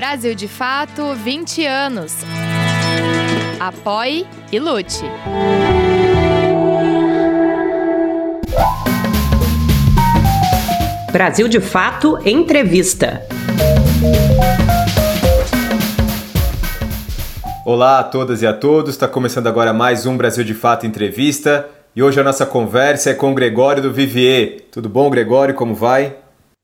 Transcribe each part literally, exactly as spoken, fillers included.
Brasil de Fato, vinte anos. Apoie e lute. Brasil de Fato Entrevista. Olá a todas e a todos, está começando agora mais um Brasil de Fato Entrevista e hoje a nossa conversa é com o Gregório do Vivier. Tudo bom, Gregório? Como vai?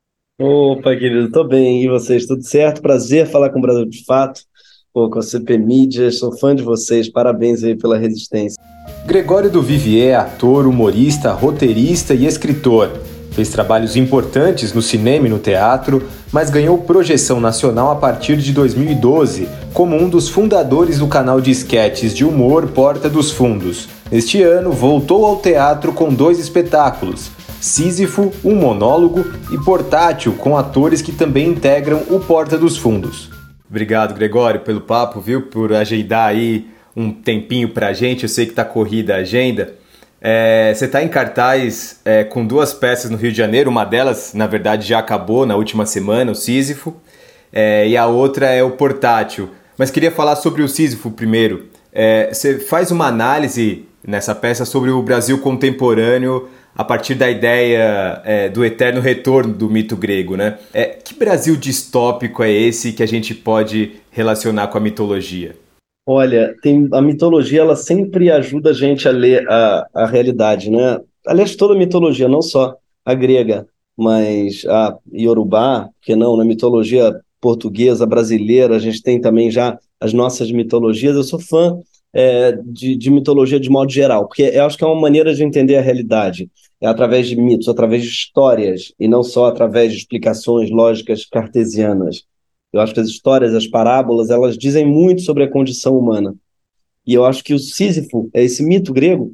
Opa, querido, tô bem. E vocês, tudo certo? Prazer falar com o Brasil de Fato, pô, com a C P Mídia, sou fã de vocês, parabéns aí pela resistência. Gregório do Vivier é ator, humorista, roteirista e escritor. Fez trabalhos importantes no cinema e no teatro, mas ganhou projeção nacional a partir de dois mil e doze, como um dos fundadores do canal de esquetes de humor Porta dos Fundos. Neste ano, voltou ao teatro com dois espetáculos, Sísifo, um monólogo, e Portátil, com atores que também integram o Porta dos Fundos. Obrigado, Gregório, pelo papo, viu? Por agendar aí um tempinho pra gente. Eu sei que tá corrida a agenda. É, você está em cartaz é, com duas peças no Rio de Janeiro, uma delas, na verdade, já acabou na última semana, o Sísifo, é, e a outra é o Portátil. Mas queria falar sobre o Sísifo primeiro. É, você faz uma análise nessa peça sobre o Brasil contemporâneo a partir da ideia é, do eterno retorno do mito grego, né? É, que Brasil distópico é esse que a gente pode relacionar com a mitologia? Olha, tem, a mitologia ela sempre ajuda a gente a ler a, a realidade, né? Aliás, toda a mitologia, não só a grega, mas a iorubá, que não, na mitologia portuguesa, brasileira, a gente tem também já as nossas mitologias. Eu sou fã é, de, de mitologia de modo geral, porque eu acho que é uma maneira de entender a realidade, é através de mitos, através de histórias, e não só através de explicações lógicas cartesianas. Eu acho que as histórias, as parábolas, elas dizem muito sobre a condição humana. E eu acho que o Sísifo é esse mito grego,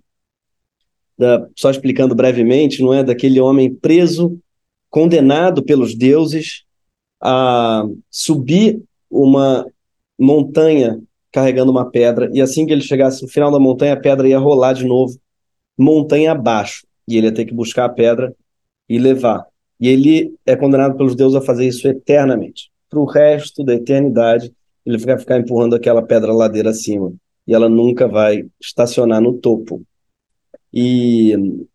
da, só explicando brevemente, não é, daquele homem preso, condenado pelos deuses a subir uma montanha carregando uma pedra, e assim que ele chegasse no final da montanha, a pedra ia rolar de novo, montanha abaixo, e ele ia ter que buscar a pedra e levar. E ele é condenado pelos deuses a fazer isso eternamente. Para o resto da eternidade, ele vai ficar empurrando aquela pedra ladeira acima. E ela nunca vai estacionar no topo. E,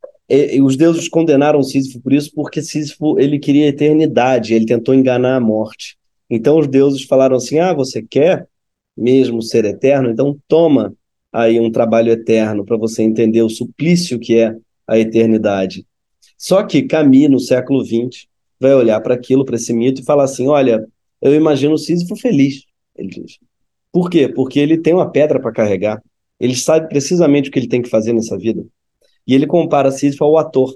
e, e os deuses condenaram Sísifo por isso, porque Sísifo ele queria eternidade, ele tentou enganar a morte. Então os deuses falaram assim, ah, você quer mesmo ser eterno? Então toma aí um trabalho eterno para você entender o suplício que é a eternidade. Só que Camus, no século vinte, vai olhar para aquilo, para esse mito, e falar assim, olha, eu imagino o Sísifo feliz, ele diz. Por quê? Porque ele tem uma pedra para carregar, ele sabe precisamente o que ele tem que fazer nessa vida. E ele compara Sísifo ao ator,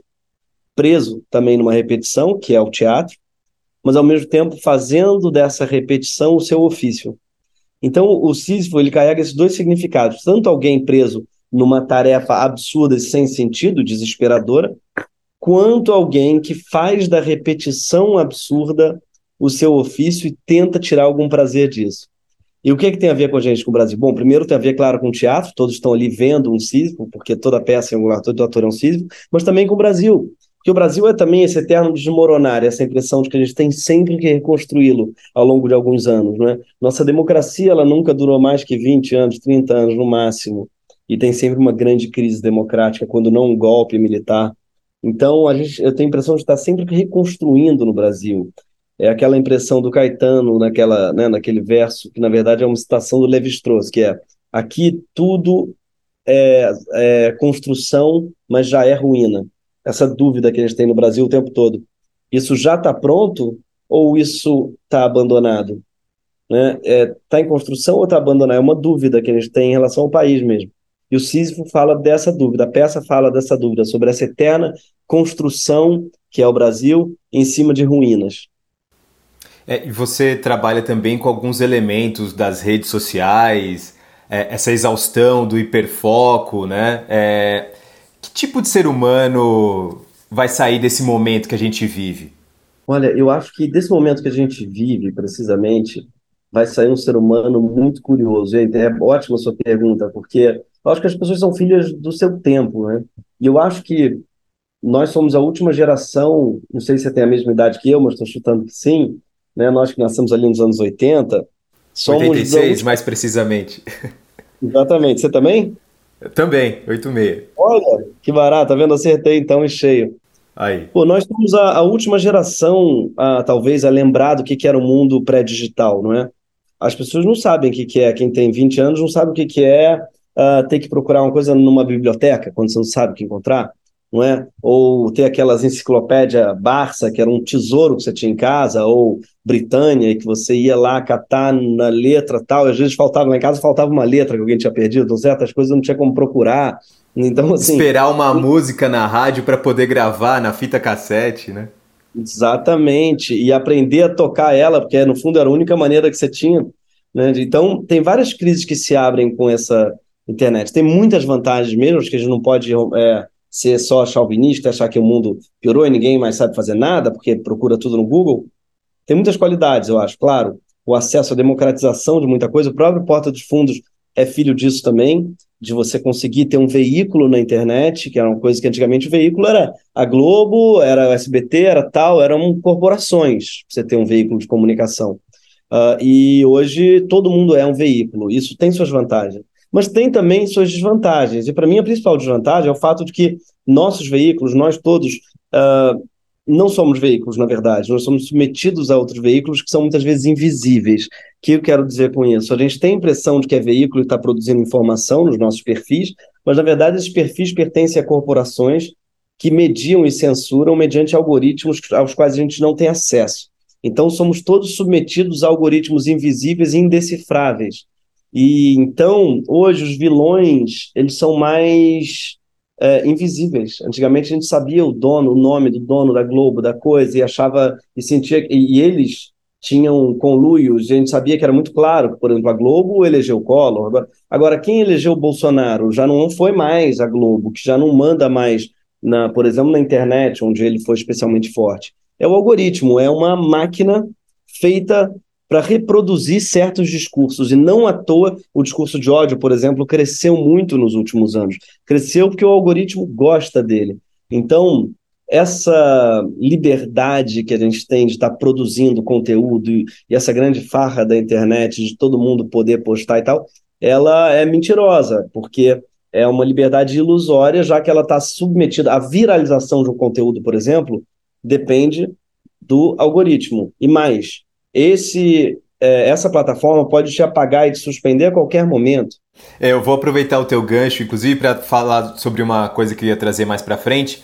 preso também numa repetição, que é o teatro, mas ao mesmo tempo fazendo dessa repetição o seu ofício. Então o Sísifo, ele carrega esses dois significados, tanto alguém preso numa tarefa absurda e sem sentido, desesperadora, quanto alguém que faz da repetição absurda o seu ofício e tenta tirar algum prazer disso. E o que é que tem a ver com a gente, com o Brasil? Bom, primeiro tem a ver, claro, com o teatro, todos estão ali vendo um Sísifo, porque toda peça é um ator, todo ator é um Sísifo, mas também com o Brasil, porque o Brasil é também esse eterno desmoronar, essa impressão de que a gente tem sempre que reconstruí-lo ao longo de alguns anos, não é? Nossa democracia, ela nunca durou mais que vinte anos, trinta anos no máximo, e tem sempre uma grande crise democrática, quando não um golpe militar. Então, a gente, eu tenho a impressão de estar sempre reconstruindo no Brasil. É aquela impressão do Caetano, naquela, né, naquele verso, que na verdade é uma citação do Lévi-Strauss, que é aqui tudo é, é construção, mas já é ruína. Essa dúvida que a gente tem no Brasil o tempo todo. Isso já está pronto ou isso está abandonado? Né? É, tá em construção ou está abandonado? É uma dúvida que a gente tem em relação ao país mesmo. E o Sísifo fala dessa dúvida, a peça fala dessa dúvida, sobre essa eterna construção que é o Brasil em cima de ruínas. É, e você trabalha também com alguns elementos das redes sociais, é, essa exaustão do hiperfoco, né? É, que tipo de ser humano vai sair desse momento que a gente vive? Olha, eu acho que desse momento que a gente vive, precisamente, vai sair um ser humano muito curioso. E é ótima a sua pergunta, porque eu acho que as pessoas são filhas do seu tempo, né? E eu acho que nós somos a última geração, não sei se você tem a mesma idade que eu, mas estou chutando que sim, né? Nós que nascemos ali nos anos oitenta, somos... oitenta e seis, da... mais precisamente. Exatamente. Você também? Eu também, oitenta e seis. Olha, que barato, tá vendo? Acertei então em cheio. Aí. Pô, nós somos a, a última geração, a, talvez, a lembrar do que, que era o mundo pré-digital, não é? As pessoas não sabem o que, que é, quem tem vinte anos não sabe o que, que é uh, ter que procurar uma coisa numa biblioteca, quando você não sabe o que encontrar, não é? Ou ter aquelas enciclopédia Barça, que era um tesouro que você tinha em casa, ou Britânia, que você ia lá catar na letra tal, e às vezes faltava, lá em casa faltava uma letra que alguém tinha perdido, então certas coisas não tinha como procurar. Então, assim, esperar uma música na rádio para poder gravar na fita cassete, né? exatamente, e aprender a tocar ela, porque no fundo era a única maneira que você tinha, né? Então, tem várias crises que se abrem com essa internet. Tem muitas vantagens mesmo, acho que a gente não pode é, ser só chauvinista, achar que o mundo piorou e ninguém mais sabe fazer nada, porque procura tudo no Google. Tem muitas qualidades, eu acho, claro. O acesso à democratização de muita coisa, o próprio Porta dos Fundos é filho disso também, de você conseguir ter um veículo na internet, que era uma coisa que antigamente o veículo era a Globo, era o S B T, era tal, eram corporações, pra você ter um veículo de comunicação. Uh, e hoje todo mundo é um veículo, isso tem suas vantagens. Mas tem também suas desvantagens, e para mim a principal desvantagem é o fato de que nossos veículos, nós todos, uh, não somos veículos, na verdade, nós somos submetidos a outros veículos que são muitas vezes invisíveis. O que eu quero dizer com isso? A gente tem a impressão de que é veículo e está produzindo informação nos nossos perfis, mas na verdade esses perfis pertencem a corporações que mediam e censuram mediante algoritmos aos quais a gente não tem acesso. Então somos todos submetidos a algoritmos invisíveis e indecifráveis. E então, hoje, os vilões, eles são mais... É, invisíveis. Antigamente a gente sabia o dono, o nome do dono da Globo, da coisa, e achava, e sentia, e, e eles tinham conluios, a gente sabia que era muito claro, por exemplo, a Globo elegeu o Collor, agora, agora quem elegeu o Bolsonaro já não foi mais a Globo, que já não manda mais, na, por exemplo, na internet, onde ele foi especialmente forte. É o algoritmo, é uma máquina feita para reproduzir certos discursos, e não à toa o discurso de ódio, por exemplo, cresceu muito nos últimos anos. Cresceu porque o algoritmo gosta dele. Então, essa liberdade que a gente tem de estar produzindo conteúdo e essa grande farra da internet, de todo mundo poder postar e tal, ela é mentirosa, porque é uma liberdade ilusória, já que ela está submetida à viralização de um conteúdo, por exemplo, depende do algoritmo. E mais, Esse, é, essa plataforma pode te apagar e te suspender a qualquer momento. É, eu vou aproveitar o teu gancho, inclusive, para falar sobre uma coisa que eu ia trazer mais para frente.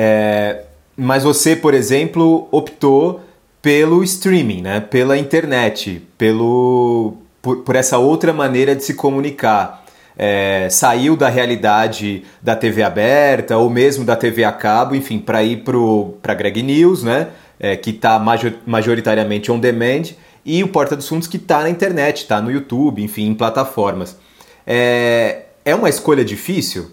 É, mas você, por exemplo, optou pelo streaming, né? Pela internet, pelo, por, por essa outra maneira de se comunicar. É, saiu da realidade da T V aberta ou mesmo da T V a cabo, enfim, para ir para a Greg News, né? É, que está major, majoritariamente on demand, e o Porta dos Fundos que está na internet, está no YouTube, enfim, em plataformas. É, é uma escolha difícil?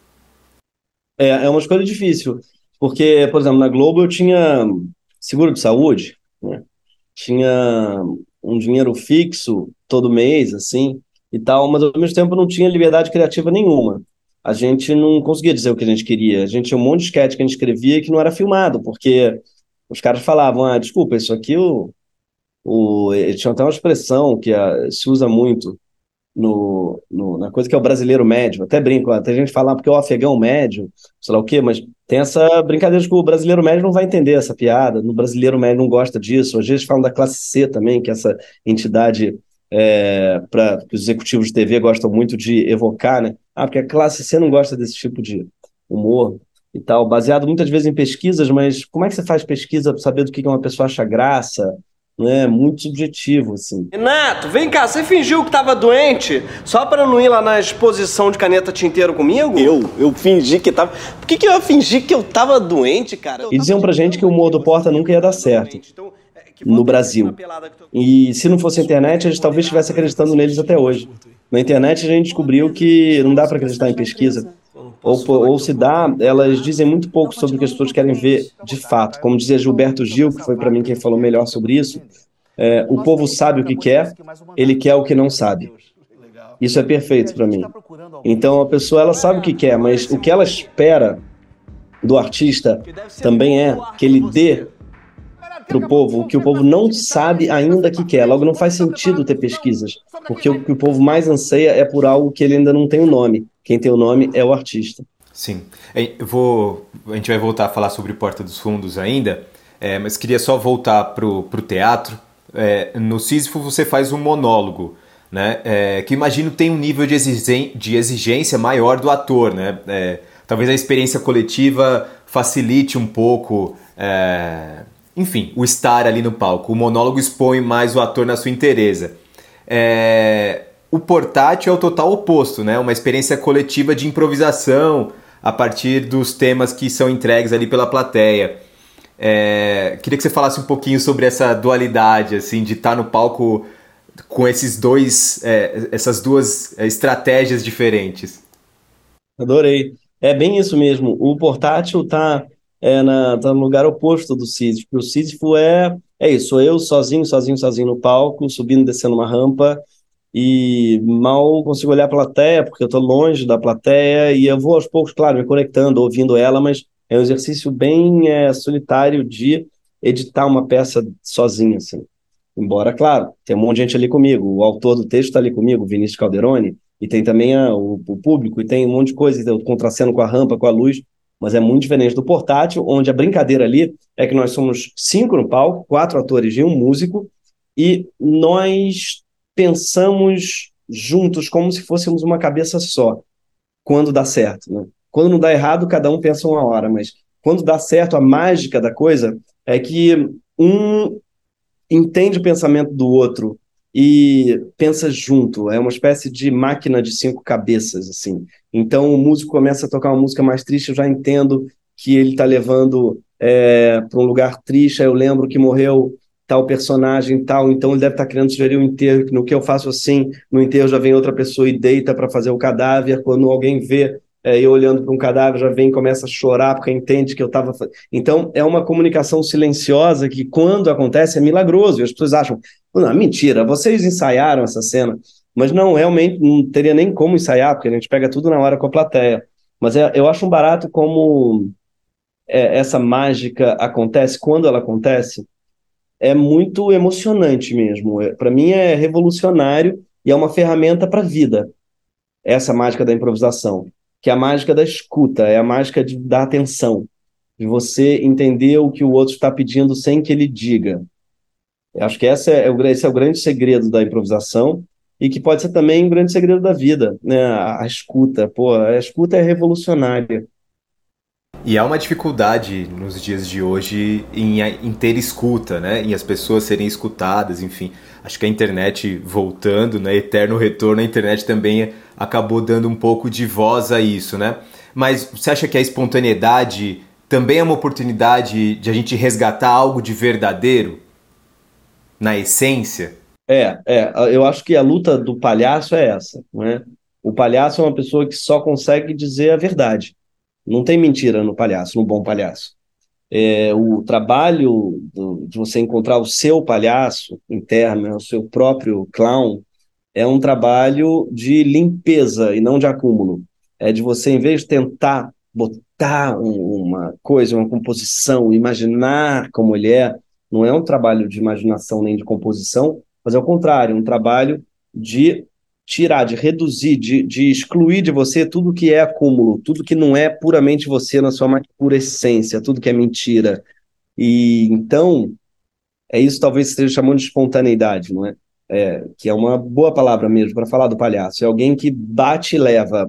É, é uma escolha difícil, porque, por exemplo, na Globo eu tinha seguro de saúde, né? Tinha um dinheiro fixo todo mês, assim, e tal, mas ao mesmo tempo não tinha liberdade criativa nenhuma. A gente não conseguia dizer o que a gente queria. A gente tinha um monte de sketch que a gente escrevia que não era filmado, porque os caras falavam, ah, desculpa, isso aqui, o, o, eles tinham até uma expressão que a, se usa muito no, no, na coisa que é o brasileiro médio, até brinco, até gente fala, porque é o afegão médio, sei lá o quê, mas tem essa brincadeira de que o brasileiro médio não vai entender essa piada, no brasileiro médio não gosta disso, às vezes falam da classe C também, que é essa entidade é, pra, que os executivos de T V gostam muito de evocar, né? Ah, porque a classe C não gosta desse tipo de humor e tal, baseado muitas vezes em pesquisas, mas como é que você faz pesquisa para saber do que uma pessoa acha graça? Não é muito subjetivo, assim. Renato, vem cá, você fingiu que tava doente só para não ir lá na exposição de caneta tinteiro comigo? Eu? Eu fingi que tava... Por que que eu ia fingir que eu tava doente, cara? E diziam pra gente que o humor do Porta nunca ia dar certo no Brasil. E se não fosse a internet, a gente talvez estivesse acreditando neles até hoje. Na internet a gente descobriu que não dá para acreditar em pesquisa. Ou, ou se dá, elas dizem muito pouco sobre o que as pessoas querem ver de fato. Como dizia Gilberto Gil, que foi para mim quem falou melhor sobre isso, é, o povo sabe o que quer, ele quer o que não sabe. Isso é perfeito para mim. Então a pessoa ela sabe o que quer, mas o que ela espera do artista também é que ele dê para o povo o que o povo não sabe ainda que quer. Logo, não faz sentido ter pesquisas, porque o que o povo mais anseia é por algo que ele ainda não tem o nome. Quem tem o nome é o artista. Sim. Eu vou, a gente vai voltar a falar sobre Porta dos Fundos ainda, é, mas queria só voltar para o teatro. É, no Sísifo você faz um monólogo, né, é, que imagino tem um nível de, exigen- de exigência maior do ator, né? É, talvez a experiência coletiva facilite um pouco, é, enfim, o estar ali no palco. O monólogo expõe mais o ator na sua inteireza. É, o portátil é o total oposto, né? Uma experiência coletiva de improvisação a partir dos temas que são entregues ali pela plateia. É, queria que você falasse um pouquinho sobre essa dualidade, assim, de estar no palco com esses dois, é, essas duas estratégias diferentes. Adorei. É bem isso mesmo. O portátil tá, é, na, tá no lugar oposto do Sísifo. O Sísifo é, é isso, sou eu sozinho, sozinho, sozinho no palco, subindo e descendo uma rampa, e mal consigo olhar a plateia, porque eu estou longe da plateia, e eu vou aos poucos, claro, me conectando, ouvindo ela, mas é um exercício bem é, solitário de editar uma peça sozinho, assim. Embora, claro, tem um monte de gente ali comigo, o autor do texto está ali comigo, o Vinícius Calderoni, e tem também a, o, o público, e tem um monte de coisa, eu contraceno com a rampa, com a luz, mas é muito diferente do portátil, onde a brincadeira ali é que nós somos cinco no palco, quatro atores e um músico, e nós pensamos juntos como se fôssemos uma cabeça só, quando dá certo, né? Quando não dá errado, cada um pensa uma hora, mas quando dá certo, a mágica da coisa é que um entende o pensamento do outro e pensa junto, é uma espécie de máquina de cinco cabeças, assim. Então o músico começa a tocar uma música mais triste, eu já entendo que ele está levando é, para um lugar triste, aí eu lembro que morreu tal personagem tal, então ele deve estar querendo sugerir o enterro, no que eu faço assim, no enterro já vem outra pessoa e deita para fazer o cadáver, quando alguém vê é, eu olhando para um cadáver, já vem e começa a chorar porque entende que eu estava... Então é uma comunicação silenciosa que quando acontece é milagroso, e as pessoas acham, não, mentira, vocês ensaiaram essa cena, mas não, realmente não teria nem como ensaiar, porque a gente pega tudo na hora com a plateia, mas é, eu acho um barato como é, essa mágica acontece, quando ela acontece, é muito emocionante mesmo. É, para mim é revolucionário e é uma ferramenta para a vida, essa mágica da improvisação, que é a mágica da escuta, é a mágica de dar atenção, de você entender o que o outro está pedindo sem que ele diga. Eu acho que essa é o, esse é o grande segredo da improvisação e que pode ser também um grande segredo da vida, né? A, a escuta, pô, a escuta é revolucionária. E há uma dificuldade nos dias de hoje em, em ter escuta, né? Em as pessoas serem escutadas, enfim. Acho que a internet voltando, né? Eterno retorno, a internet também acabou dando um pouco de voz a isso, né? Mas você acha que a espontaneidade também é uma oportunidade de a gente resgatar algo de verdadeiro na essência? É, é, eu acho que a luta do palhaço é essa, não é? O palhaço é uma pessoa que só consegue dizer a verdade. Não tem mentira no palhaço, no bom palhaço. É, o trabalho do, de você encontrar o seu palhaço interno, né, o seu próprio clown, é um trabalho de limpeza e não de acúmulo. É de você, em vez de tentar botar um, uma coisa, uma composição, imaginar como ele é, não é um trabalho de imaginação nem de composição, mas é o contrário, um trabalho de tirar, de reduzir, de, de excluir de você tudo que é acúmulo, tudo que não é puramente você na sua mais pura essência, tudo que é mentira. E então, é isso talvez esteja chamando de espontaneidade, não é? É, que é uma boa palavra mesmo para falar do palhaço. É alguém que bate e leva.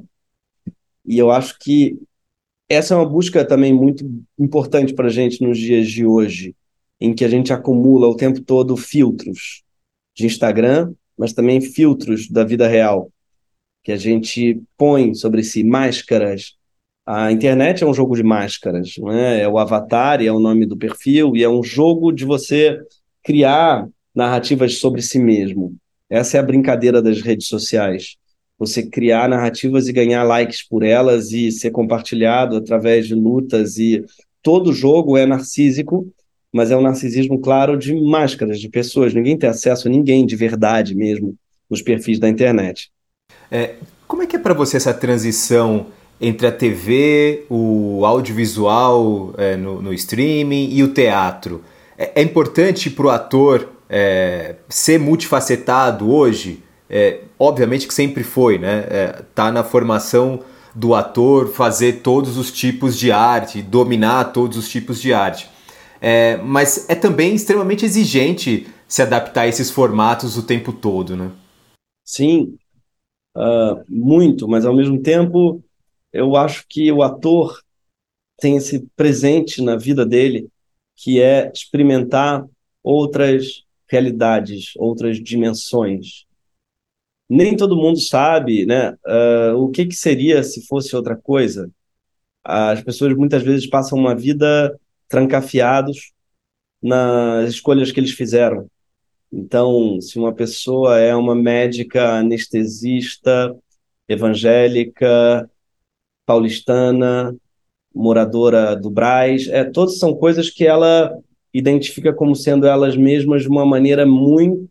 E eu acho que essa é uma busca também muito importante para a gente nos dias de hoje, em que a gente acumula o tempo todo filtros de Instagram, mas também filtros da vida real, que a gente põe sobre si máscaras. A internet é um jogo de máscaras, não é? É o avatar, e é o nome do perfil, e é um jogo de você criar narrativas sobre si mesmo. Essa é a brincadeira das redes sociais. Você criar narrativas e ganhar likes por elas e ser compartilhado através de lutas. E todo jogo é narcísico, mas é um narcisismo, claro, de máscaras, de pessoas. Ninguém tem acesso a ninguém de verdade mesmo nos perfis da internet. É, como é que é para você essa transição entre a T V, o audiovisual é, no, no streaming e o teatro? É, é importante para o ator é, ser multifacetado hoje? É, obviamente que sempre foi, né? É, tá na formação do ator fazer todos os tipos de arte, dominar todos os tipos de arte. É, mas é também extremamente exigente se adaptar a esses formatos o tempo todo, né? Sim, uh, muito, mas ao mesmo tempo eu acho que o ator tem esse presente na vida dele, que é experimentar outras realidades, outras dimensões. Nem todo mundo sabe, né, uh, o que que seria se fosse outra coisa. As pessoas muitas vezes passam uma vida trancafiados nas escolhas que eles fizeram. Então, se uma pessoa é uma médica anestesista, evangélica, paulistana, moradora do Brás, é, todas são coisas que ela identifica como sendo elas mesmas de uma maneira muito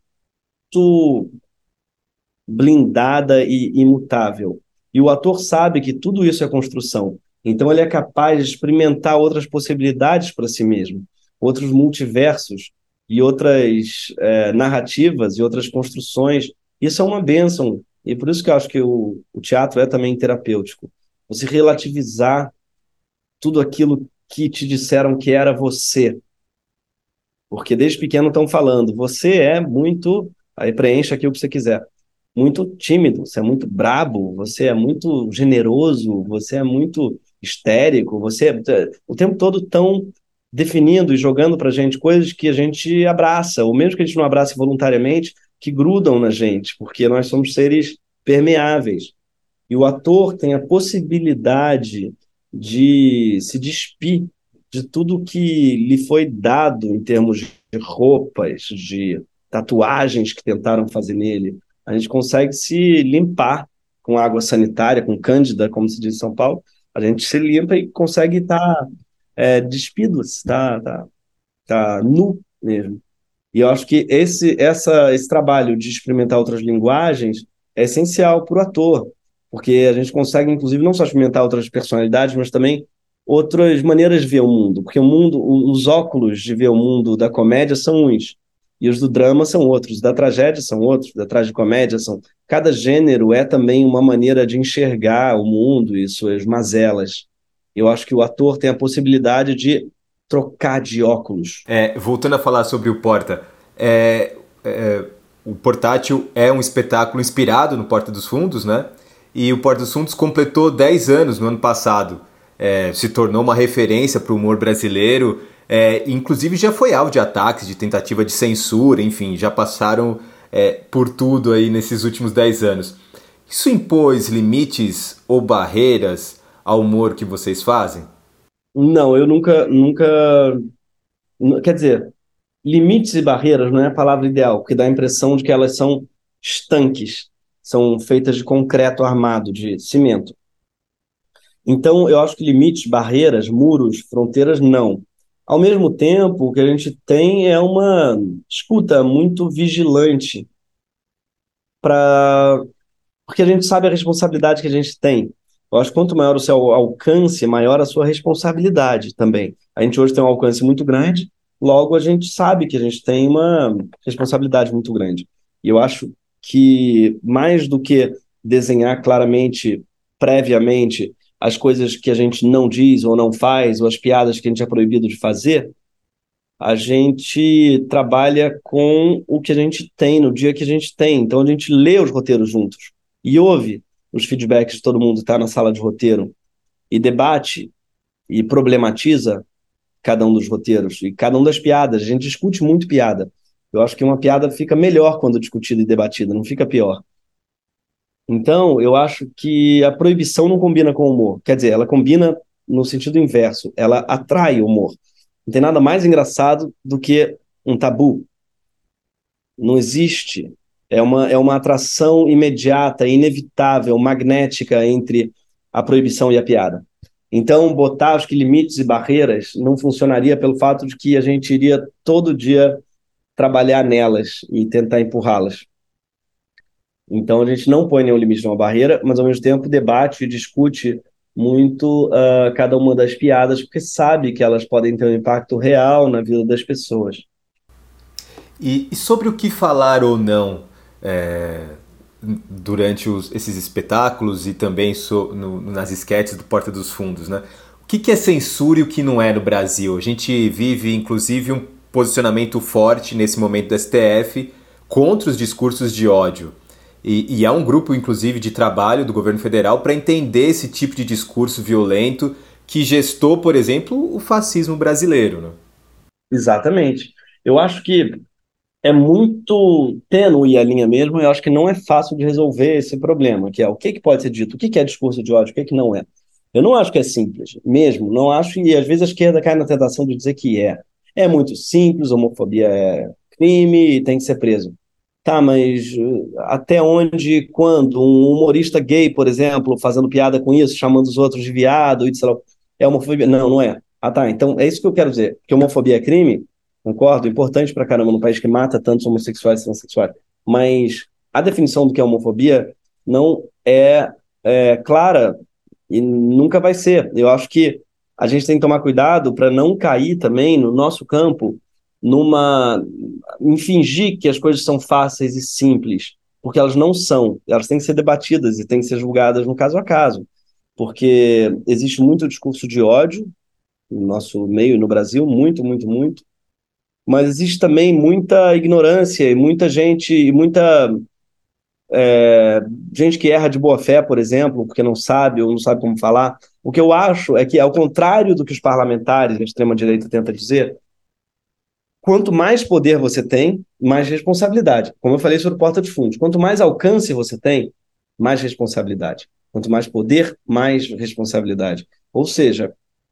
blindada e imutável. E o ator sabe que tudo isso é construção. Então ele é capaz de experimentar outras possibilidades para si mesmo, outros multiversos e outras é, narrativas e outras construções. Isso é uma bênção. E por isso que eu acho que o, o teatro é também terapêutico. Você relativizar tudo aquilo que te disseram que era você. Porque desde pequeno estão falando, você é muito, aí preencha aqui o que você quiser, muito tímido, você é muito brabo, você é muito generoso, você é muito histérico, você é, o tempo todo tão definindo e jogando pra gente coisas que a gente abraça, ou mesmo que a gente não abrace voluntariamente, que grudam na gente, porque nós somos seres permeáveis. E o ator tem a possibilidade de se despir de tudo que lhe foi dado em termos de roupas, de tatuagens que tentaram fazer nele. A gente consegue se limpar com água sanitária, com cândida, como se diz em São Paulo. A gente se limpa e consegue estar é, despido, estar tá, tá nu mesmo. E eu acho que esse, essa, esse trabalho de experimentar outras linguagens é essencial para o ator, porque a gente consegue, inclusive, não só experimentar outras personalidades, mas também outras maneiras de ver o mundo, porque o mundo, os óculos de ver o mundo da comédia são uns, e os do drama são outros, da tragédia são outros, da tragicomédia são... Cada gênero é também uma maneira de enxergar o mundo e suas mazelas. Eu acho que o ator tem a possibilidade de trocar de óculos. É, voltando a falar sobre o Porta, é, é, o Portátil é um espetáculo inspirado no Porta dos Fundos, né? E o Porta dos Fundos completou dez anos no ano passado. É, se tornou uma referência para o humor brasileiro. É, inclusive já foi alvo de ataques, de tentativa de censura, enfim, já passaram é, por tudo aí nesses últimos dez anos. Isso impôs limites ou barreiras ao humor que vocês fazem? Não, eu nunca, nunca, quer dizer, limites e barreiras não é a palavra ideal, porque dá a impressão de que elas são estanques, são feitas de concreto armado, de cimento. Então, eu acho que limites, barreiras, muros, fronteiras, não. Ao mesmo tempo, o que a gente tem é uma escuta muito vigilante, para porque a gente sabe a responsabilidade que a gente tem. Eu acho que quanto maior o seu alcance, maior a sua responsabilidade também. A gente hoje tem um alcance muito grande, logo a gente sabe que a gente tem uma responsabilidade muito grande. E eu acho que mais do que desenhar claramente, previamente, as coisas que a gente não diz ou não faz, ou as piadas que a gente é proibido de fazer, a gente trabalha com o que a gente tem no dia que a gente tem. Então a gente lê os roteiros juntos e ouve os feedbacks de todo mundo que está na sala de roteiro e debate e problematiza cada um dos roteiros e cada um das piadas. A gente discute muito piada. Eu acho que uma piada fica melhor quando discutida e debatida, não fica pior. Então, eu acho que a proibição não combina com o humor. Quer dizer, ela combina no sentido inverso. Ela atrai o humor. Não tem nada mais engraçado do que um tabu. Não existe. É uma, é uma atração imediata, inevitável, magnética entre a proibição e a piada. Então, botar acho que limites e barreiras não funcionaria pelo fato de que a gente iria todo dia trabalhar nelas e tentar empurrá-las. Então, a gente não põe nenhum limite numa barreira, mas ao mesmo tempo debate e discute muito uh, cada uma das piadas, porque sabe que elas podem ter um impacto real na vida das pessoas. E, e sobre o que falar ou não é, durante os, esses espetáculos e também so, no, nas esquetes do Porta dos Fundos, né? O que, que é censura e o que não é no Brasil? A gente vive, inclusive, um posicionamento forte nesse momento do S T F contra os discursos de ódio. E, e há um grupo, inclusive, de trabalho do governo federal para entender esse tipo de discurso violento que gestou, por exemplo, o fascismo brasileiro, né? Exatamente. Eu acho que é muito tênue a linha mesmo, e eu acho que não é fácil de resolver esse problema, que é o que, que pode ser dito, o que, que é discurso de ódio, o que, que não é. Eu não acho que é simples, mesmo, não acho, e às vezes a esquerda cai na tentação de dizer que é. É muito simples, homofobia é crime e tem que ser preso. Tá, mas uh, até onde, quando um humorista gay, por exemplo, fazendo piada com isso, chamando os outros de viado, e sei lá, é homofobia? Não, não é. Ah, tá, então é isso que eu quero dizer, que homofobia é crime, concordo, importante pra caramba num país que mata tantos homossexuais e transexuais, mas a definição do que é homofobia não é, é clara e nunca vai ser. Eu acho que a gente tem que tomar cuidado para não cair também no nosso campo numa em fingir que as coisas são fáceis e simples, porque elas não são. Elas têm que ser debatidas e têm que ser julgadas no caso a caso, porque existe muito discurso de ódio no nosso meio, no Brasil, muito, muito, muito, mas existe também muita ignorância e muita gente, e muita é, gente que erra de boa fé, por exemplo, porque não sabe ou não sabe como falar. O que eu acho é que, ao contrário do que os parlamentares da extrema-direita tentam dizer, quanto mais poder você tem, mais responsabilidade. Como eu falei sobre Porta dos Fundos, quanto mais alcance você tem, mais responsabilidade. Quanto mais poder, mais responsabilidade. Ou seja,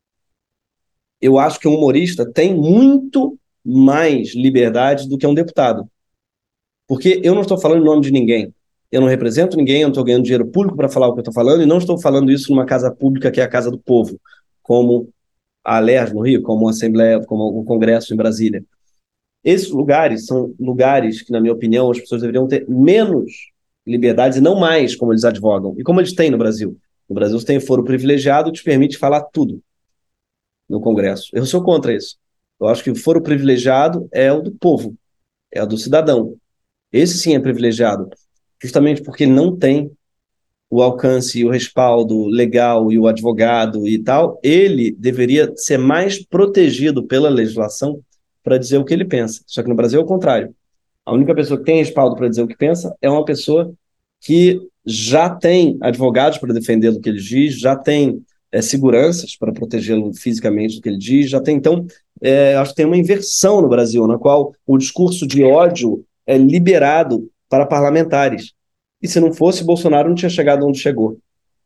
eu acho que um humorista tem muito mais liberdade do que um deputado. Porque eu não estou falando em nome de ninguém. Eu não represento ninguém, eu não estou ganhando dinheiro público para falar o que eu estou falando, e não estou falando isso numa casa pública que é a Casa do Povo, como a Alerj no Rio, como a Assembleia, como o Congresso em Brasília. Esses lugares são lugares que, na minha opinião, as pessoas deveriam ter menos liberdades e não mais, como eles advogam. E como eles têm no Brasil. No Brasil, você tem foro privilegiado que te permite falar tudo no Congresso. Eu sou contra isso. Eu acho que o foro privilegiado é o do povo, é o do cidadão. Esse sim é privilegiado, justamente porque ele não tem o alcance e o respaldo legal e o advogado e tal. Ele deveria ser mais protegido pela legislação para dizer o que ele pensa. Só que no Brasil é o contrário. A única pessoa que tem respaldo para dizer o que pensa é uma pessoa que já tem advogados para defender o que ele diz, já tem é, seguranças para protegê-lo fisicamente do que ele diz, já tem, então, é, acho que tem uma inversão no Brasil, na qual o discurso de ódio é liberado para parlamentares. E se não fosse, Bolsonaro não tinha chegado onde chegou.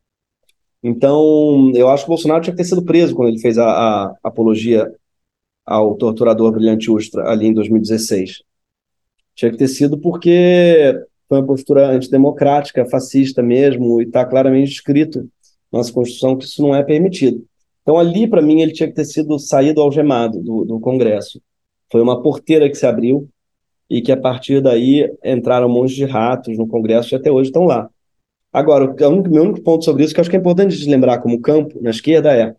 Então, eu acho que o Bolsonaro tinha que ter sido preso quando ele fez a, a apologia ao torturador Brilhante Ustra ali em dois mil e dezesseis. Tinha que ter sido porque foi uma postura antidemocrática, fascista mesmo, e está claramente escrito na nossa Constituição que isso não é permitido. Então, ali, para mim, ele tinha que ter sido saído algemado do, do Congresso. Foi uma porteira que se abriu e que, a partir daí, entraram um monte de ratos no Congresso e até hoje estão lá. Agora, o único, meu único ponto sobre isso, que eu acho que é importante de lembrar como campo, na esquerda, é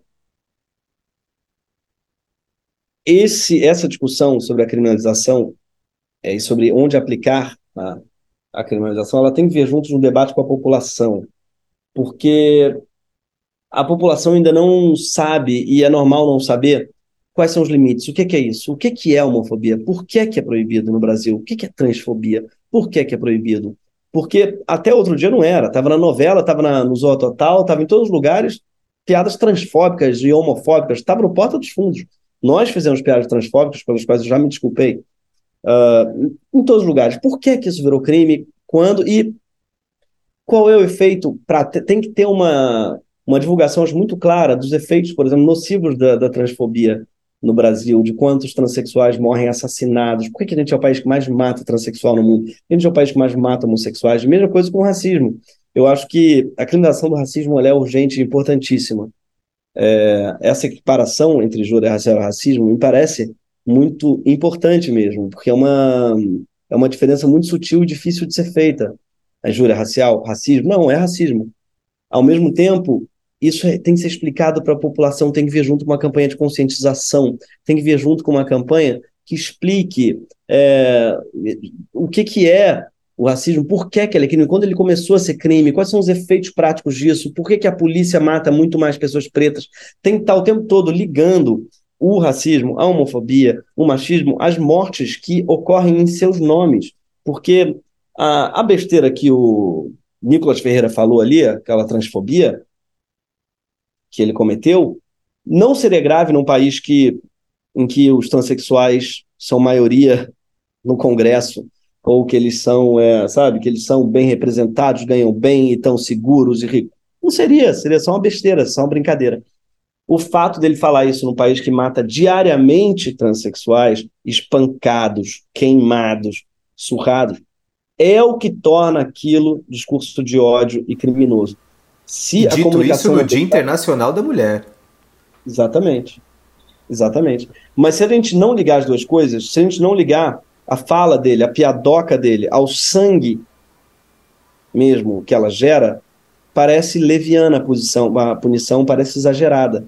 esse, essa discussão sobre a criminalização é, e sobre onde aplicar a, a criminalização, ela tem que vir junto de um debate com a população, porque a população ainda não sabe, e é normal não saber, quais são os limites, o que, que é isso, o que, que é homofobia, por que, que é proibido no Brasil, o que, que é transfobia, por que, que é proibido, porque até outro dia não era, estava na novela, estava no Zorra Total, estava em todos os lugares, piadas transfóbicas e homofóbicas, estava no Porta dos Fundos. Nós fizemos piadas transfóbicas, pelas quais eu já me desculpei, uh, em todos os lugares. Por que, que isso virou crime? Quando? E qual é o efeito? Pra ter, tem que ter uma, uma divulgação muito clara dos efeitos, por exemplo, nocivos da, da transfobia no Brasil, de quantos transexuais morrem assassinados. Por que, que a gente é o país que mais mata transexual no mundo? A gente é o país que mais mata homossexuais. Mesma coisa com o racismo. Eu acho que a criminalização do racismo ela é urgente e importantíssima. É, essa equiparação entre injúria racial e racismo me parece muito importante mesmo, porque é uma, é uma diferença muito sutil e difícil de ser feita. A injúria racial, racismo, não, é racismo. Ao mesmo tempo, isso é, tem que ser explicado para a população, tem que vir junto com uma campanha de conscientização, tem que vir junto com uma campanha que explique é, o que, que é o racismo, por que, que ele é crime, quando ele começou a ser crime, quais são os efeitos práticos disso, por que, que a polícia mata muito mais pessoas pretas, tem que estar o tempo todo ligando o racismo, a homofobia, o machismo, as mortes que ocorrem em seus nomes, porque a, a besteira que o Nicolas Ferreira falou ali, aquela transfobia que ele cometeu, não seria grave num país que, em que os transexuais são maioria no Congresso, ou que eles são, é, sabe, que eles são bem representados, ganham bem e estão seguros e ricos. Não seria, seria só uma besteira, só uma brincadeira. O fato dele falar isso num país que mata diariamente transexuais, espancados, queimados, surrados, é o que torna aquilo discurso de ódio e criminoso. Se Dito a comunicação isso no Dia Internacional da Mulher. Exatamente. Exatamente. Mas se a gente não ligar as duas coisas, se a gente não ligar a fala dele, a piadoca dele, ao sangue mesmo que ela gera, parece leviana a, posição, a punição, parece exagerada.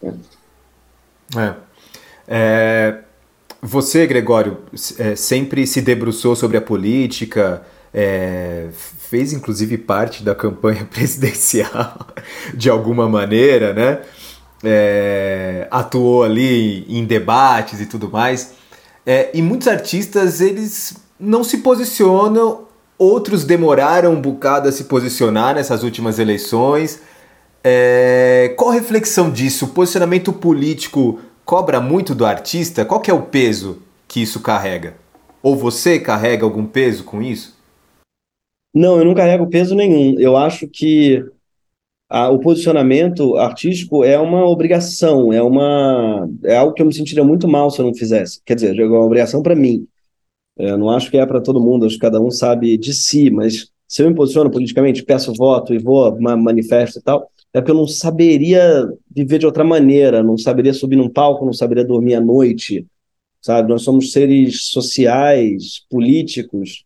É. É, você, Gregório, é, sempre se debruçou sobre a política, é, fez inclusive parte da campanha presidencial de alguma maneira, né? É, atuou ali em debates e tudo mais. É, e muitos artistas, eles não se posicionam, outros demoraram um bocado a se posicionar nessas últimas eleições. É, qual a reflexão disso? O posicionamento político cobra muito do artista? Qual que é o peso que isso carrega? Ou você carrega algum peso com isso? Não, eu não carrego peso nenhum. Eu acho que a, o posicionamento artístico é uma obrigação, é, uma, é algo que eu me sentiria muito mal se eu não fizesse. Quer dizer, é uma obrigação para mim. Eu não acho que é para todo mundo, acho que cada um sabe de si, mas se eu me posiciono politicamente, peço voto e vou, manifesto e tal, é porque eu não saberia viver de outra maneira, não saberia subir num palco, não saberia dormir à noite, sabe? Nós somos seres sociais, políticos,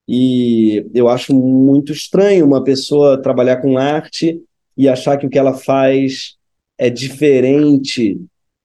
e eu acho muito estranho uma pessoa trabalhar com arte e achar que o que ela faz é diferente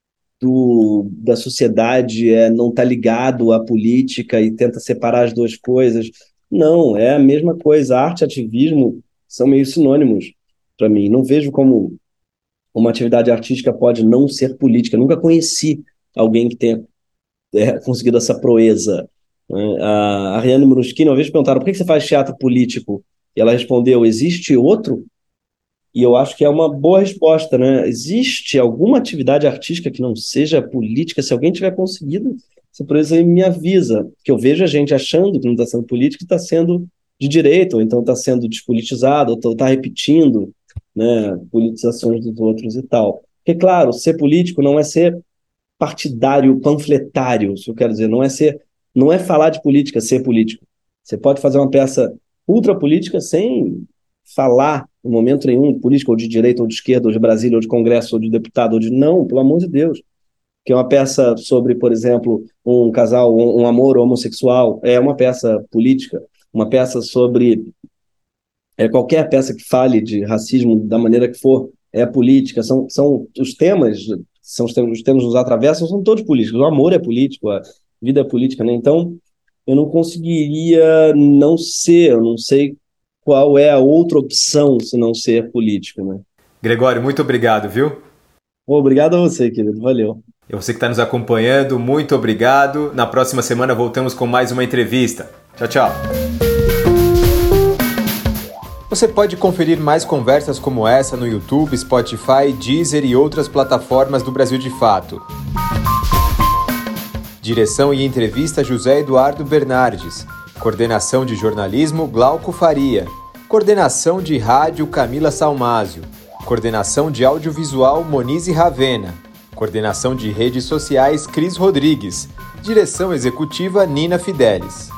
do, da sociedade, é, não está ligado à política e tenta separar as duas coisas. Não, é a mesma coisa. Arte e ativismo são meio sinônimos para mim. Não vejo como uma atividade artística pode não ser política. Nunca conheci alguém que tenha é, conseguido essa proeza. Né? A Ariane Mnuchin, uma vez perguntaram por que você faz teatro político? E ela respondeu, existe outro? E eu acho que é uma boa resposta, né? Existe alguma atividade artística que não seja política? Se alguém tiver conseguido essa proeza, me avisa. Que eu vejo a gente achando que não está sendo político e está sendo de direita, ou então está sendo despolitizado, ou está repetindo, né, politizações dos outros e tal. Porque, claro, ser político não é ser partidário, panfletário, se eu quero dizer, não é ser, não é falar de política, ser político. Você pode fazer uma peça ultra política sem falar em momento nenhum de política, ou de direita, ou de esquerda, ou de Brasília, ou de Congresso, ou de deputado, ou de não, pelo amor de Deus. Que é uma peça sobre, por exemplo, um casal, um, um amor homossexual, é uma peça política. Uma peça sobre é, qualquer peça que fale de racismo da maneira que for, é política. São, são os temas, são os temas, os temas que nos atravessam, são todos políticos. O amor é político, a vida é política, né? Então, eu não conseguiria não ser, eu não sei qual é a outra opção se não ser político, né? Gregório, muito obrigado, viu? Obrigado a você, querido. Valeu. E você que está nos acompanhando, muito obrigado. Na próxima semana voltamos com mais uma entrevista. Tchau, tchau. Você pode conferir mais conversas como essa no YouTube, Spotify, Deezer e outras plataformas do Brasil de Fato. Direção e entrevista José Eduardo Bernardes. Coordenação de jornalismo Glauco Faria. Coordenação de rádio Camila Salmásio. Coordenação de audiovisual Monize Ravena. Coordenação de redes sociais Cris Rodrigues. Direção executiva Nina Fidelis.